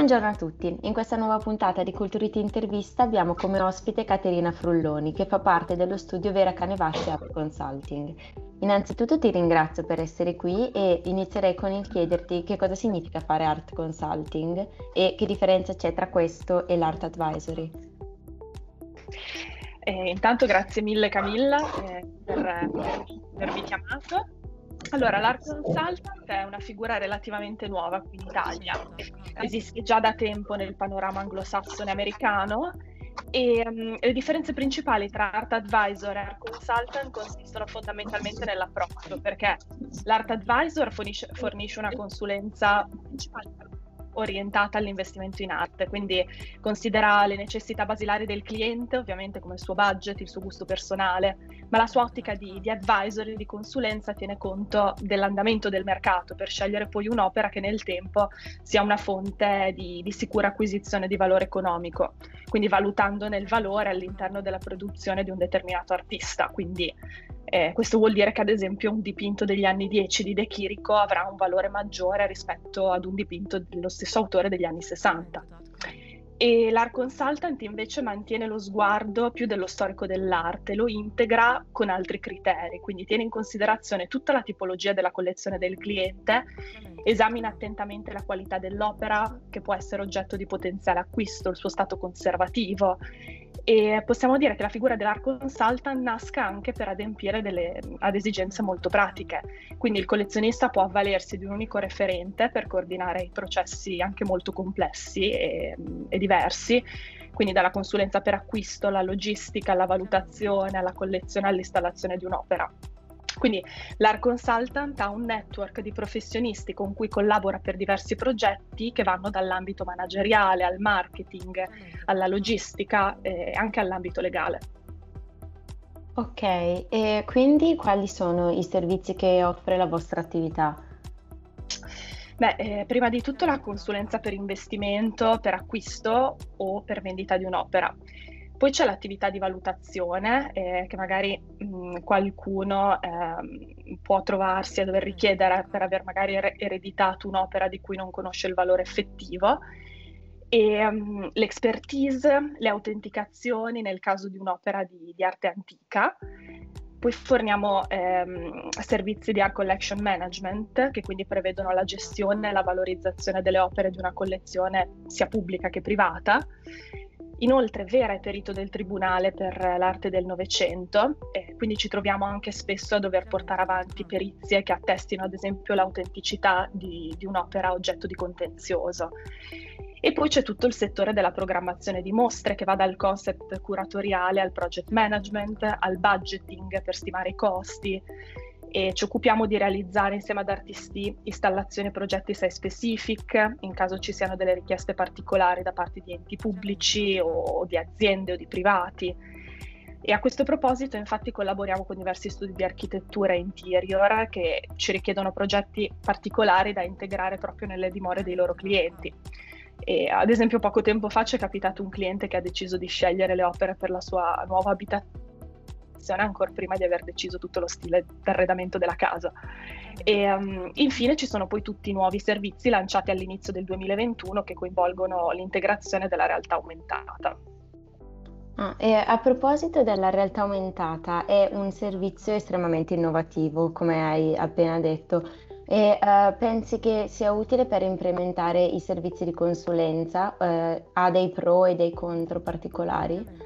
Buongiorno a tutti, in questa nuova puntata di Culturity Intervista abbiamo come ospite Caterina Frulloni, che fa parte dello studio Vera Canevazzi Art Consulting. Innanzitutto ti ringrazio per essere qui e inizierei con il chiederti che cosa significa fare art consulting e che differenza c'è tra questo e l'art advisory. Intanto grazie mille Camilla per avermi chiamato. Allora, l'art consultant è una figura relativamente nuova qui in Italia, esiste già da tempo nel panorama anglosassone americano e le differenze principali tra art advisor e art consultant consistono fondamentalmente nell'approccio, perché l'art advisor fornisce una consulenza orientata all'investimento in arte, quindi considera le necessità basilari del cliente, ovviamente come il suo budget, il suo gusto personale, ma la sua ottica di advisory, di consulenza, tiene conto dell'andamento del mercato per scegliere poi un'opera che nel tempo sia una fonte di sicura acquisizione di valore economico, quindi valutandone il valore all'interno della produzione di un determinato artista. Quindi questo vuol dire che ad esempio un dipinto degli anni 10 di De Chirico avrà un valore maggiore rispetto ad un dipinto dello stesso autore degli anni 60. E l'art consultant invece mantiene lo sguardo più dello storico dell'arte, lo integra con altri criteri, quindi tiene in considerazione tutta la tipologia della collezione del cliente, esamina attentamente la qualità dell'opera, che può essere oggetto di potenziale acquisto, il suo stato conservativo, e possiamo dire che la figura dell'art consultant nasca anche per adempiere ad esigenze molto pratiche. Quindi il collezionista può avvalersi di un unico referente per coordinare i processi anche molto complessi e diversi, quindi dalla consulenza per acquisto, alla logistica, alla valutazione, alla collezione, all'installazione di un'opera. Quindi l'art consultant ha un network di professionisti con cui collabora per diversi progetti che vanno dall'ambito manageriale al marketing, alla logistica e anche all'ambito legale. Ok, e quindi quali sono i servizi che offre la vostra attività? Prima di tutto la consulenza per investimento, per acquisto o per vendita di un'opera. Poi c'è l'attività di valutazione che magari qualcuno può trovarsi a dover richiedere per aver magari ereditato un'opera di cui non conosce il valore effettivo, e l'expertise, le autenticazioni nel caso di un'opera di arte antica. Poi forniamo servizi di art collection management, che quindi prevedono la gestione e la valorizzazione delle opere di una collezione sia pubblica che privata. Inoltre Vera è perito del Tribunale per l'arte del Novecento, quindi ci troviamo anche spesso a dover portare avanti perizie che attestino ad esempio l'autenticità di un'opera oggetto di contenzioso. E poi c'è tutto il settore della programmazione di mostre, che va dal concept curatoriale al project management, al budgeting per stimare i costi, e ci occupiamo di realizzare insieme ad artisti installazioni e progetti site specific in caso ci siano delle richieste particolari da parte di enti pubblici o di aziende o di privati. E a questo proposito infatti collaboriamo con diversi studi di architettura e interior che ci richiedono progetti particolari da integrare proprio nelle dimore dei loro clienti. E ad esempio poco tempo fa ci è capitato un cliente che ha deciso di scegliere le opere per la sua nuova abitazione ancora prima di aver deciso tutto lo stile d'arredamento della casa. E infine ci sono poi tutti i nuovi servizi lanciati all'inizio del 2021 che coinvolgono l'integrazione della realtà aumentata. E a proposito della realtà aumentata, è un servizio estremamente innovativo, come hai appena detto. E pensi che sia utile per implementare i servizi di consulenza? Ha dei pro e dei contro particolari?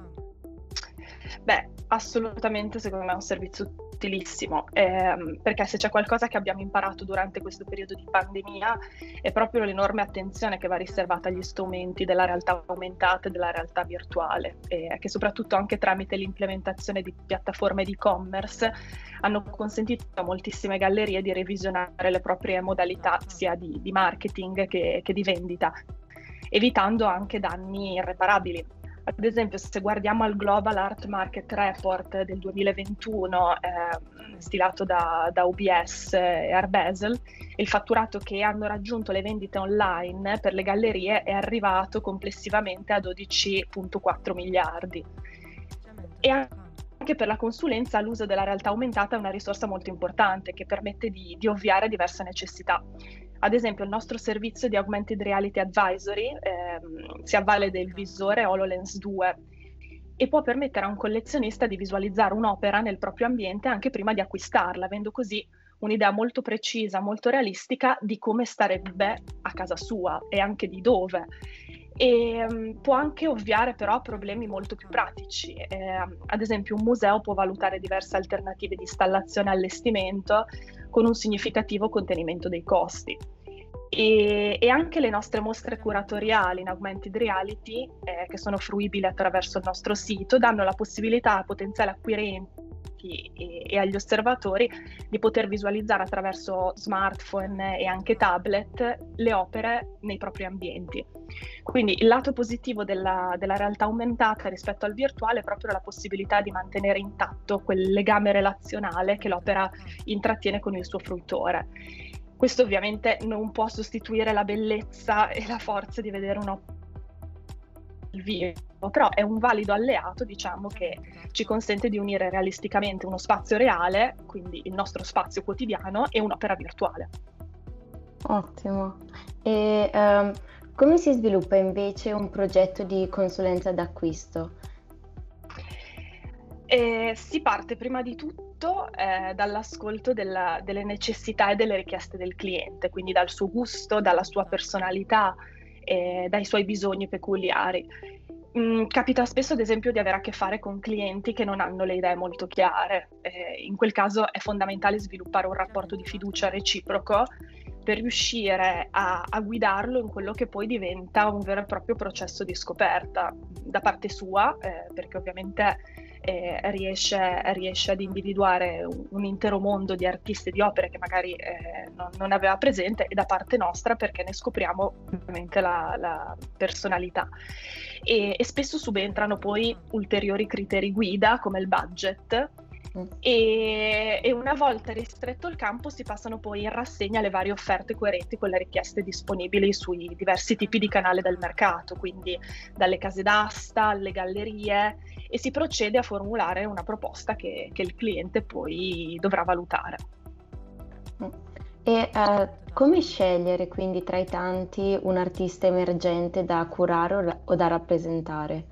Assolutamente, secondo me è un servizio utilissimo, perché se c'è qualcosa che abbiamo imparato durante questo periodo di pandemia è proprio l'enorme attenzione che va riservata agli strumenti della realtà aumentata e della realtà virtuale, che soprattutto anche tramite l'implementazione di piattaforme di e-commerce hanno consentito a moltissime gallerie di revisionare le proprie modalità sia di marketing che di vendita, evitando anche danni irreparabili. Ad esempio, se guardiamo al Global Art Market Report del 2021, stilato da UBS e Art Basel, il fatturato che hanno raggiunto le vendite online per le gallerie è arrivato complessivamente a 12,4 miliardi. E anche anche per la consulenza l'uso della realtà aumentata è una risorsa molto importante che permette di ovviare a diverse necessità. Ad esempio il nostro servizio di Augmented Reality Advisory si avvale del visore HoloLens 2 e può permettere a un collezionista di visualizzare un'opera nel proprio ambiente anche prima di acquistarla, avendo così un'idea molto precisa, molto realistica di come starebbe a casa sua e anche di dove. E può anche ovviare però a problemi molto più pratici. Ad esempio un museo può valutare diverse alternative di installazione e allestimento con un significativo contenimento dei costi. E anche le nostre mostre curatoriali in Augmented Reality, che sono fruibili attraverso il nostro sito, danno la possibilità a potenziali acquirenti e agli osservatori di poter visualizzare attraverso smartphone e anche tablet le opere nei propri ambienti. Quindi il lato positivo della realtà aumentata rispetto al virtuale è proprio la possibilità di mantenere intatto quel legame relazionale che l'opera intrattiene con il suo fruitore. Questo ovviamente non può sostituire la bellezza e la forza di vedere un'opera dal vivo, però è un valido alleato, diciamo, che ci consente di unire realisticamente uno spazio reale, quindi il nostro spazio quotidiano, e un'opera virtuale. Ottimo. E come si sviluppa invece un progetto di consulenza d'acquisto? Si parte prima di tutto dall'ascolto delle necessità e delle richieste del cliente, quindi dal suo gusto, dalla sua personalità, dai suoi bisogni peculiari. Capita spesso, ad esempio, di avere a che fare con clienti che non hanno le idee molto chiare. In quel caso è fondamentale sviluppare un rapporto di fiducia reciproco per riuscire a guidarlo in quello che poi diventa un vero e proprio processo di scoperta da parte sua, perché ovviamente riesce ad individuare un intero mondo di artisti e di opere che magari non aveva presente, e da parte nostra perché ne scopriamo ovviamente la personalità. E spesso subentrano poi ulteriori criteri guida come il budget. E una volta ristretto il campo si passano poi in rassegna le varie offerte coerenti con le richieste disponibili sui diversi tipi di canale del mercato, quindi dalle case d'asta alle gallerie, e si procede a formulare una proposta che il cliente poi dovrà valutare. E come scegliere quindi tra i tanti un artista emergente da curare o da rappresentare?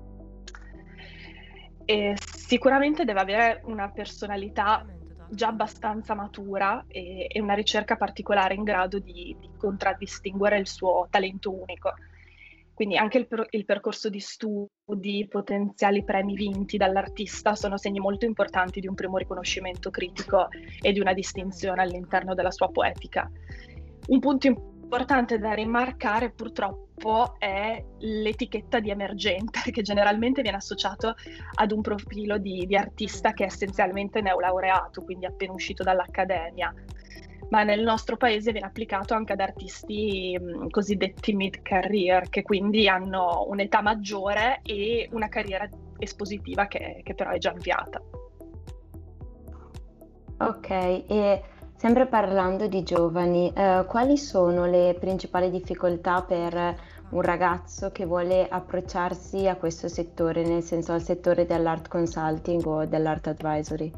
Sicuramente deve avere una personalità già abbastanza matura e una ricerca particolare in grado di contraddistinguere il suo talento unico. Quindi anche il percorso di studi, potenziali premi vinti dall'artista sono segni molto importanti di un primo riconoscimento critico e di una distinzione all'interno della sua poetica. Un punto importante da rimarcare purtroppo è l'etichetta di emergente, che generalmente viene associato ad un profilo di artista che è essenzialmente neolaureato, quindi appena uscito dall'accademia, ma nel nostro paese viene applicato anche ad artisti cosiddetti mid-career, che quindi hanno un'età maggiore e una carriera espositiva che però è già avviata. Ok, e sempre parlando di giovani, quali sono le principali difficoltà per un ragazzo che vuole approcciarsi a questo settore, nel senso al settore dell'art consulting o dell'art advisory?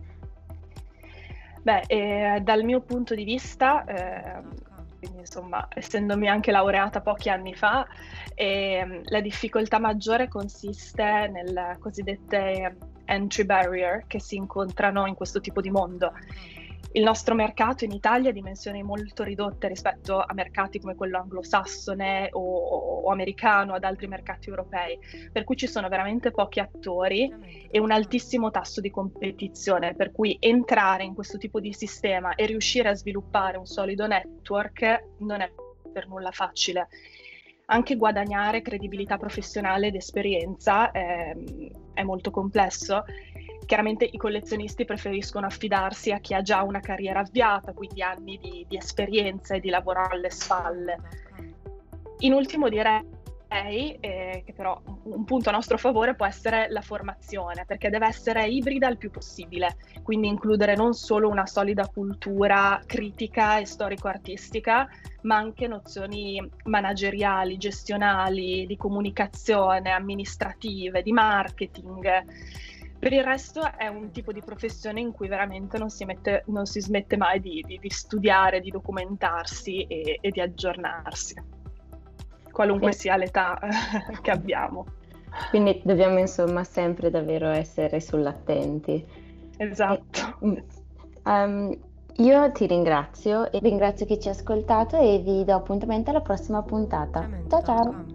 Dal mio punto di vista, quindi insomma, essendomi anche laureata pochi anni fa, la difficoltà maggiore consiste nelle cosiddette entry barrier che si incontrano in questo tipo di mondo. Il nostro mercato in Italia ha dimensioni molto ridotte rispetto a mercati come quello anglosassone o americano, ad altri mercati europei, per cui ci sono veramente pochi attori e un altissimo tasso di competizione, per cui entrare in questo tipo di sistema e riuscire a sviluppare un solido network non è per nulla facile. Anche guadagnare credibilità professionale ed esperienza è molto complesso. Chiaramente i collezionisti preferiscono affidarsi a chi ha già una carriera avviata, quindi anni di esperienza e di lavoro alle spalle. In ultimo direi che però un punto a nostro favore può essere la formazione, perché deve essere ibrida il più possibile, quindi includere non solo una solida cultura critica e storico-artistica, ma anche nozioni manageriali, gestionali, di comunicazione, amministrative, di marketing, Per il resto è un tipo di professione in cui veramente non si smette mai di studiare, di documentarsi e di aggiornarsi, qualunque sia l'età che abbiamo. Quindi dobbiamo insomma sempre davvero essere sull'attenti. Esatto. Io ti ringrazio e ringrazio chi ci ha ascoltato e vi do appuntamento alla prossima puntata. Ciao ciao!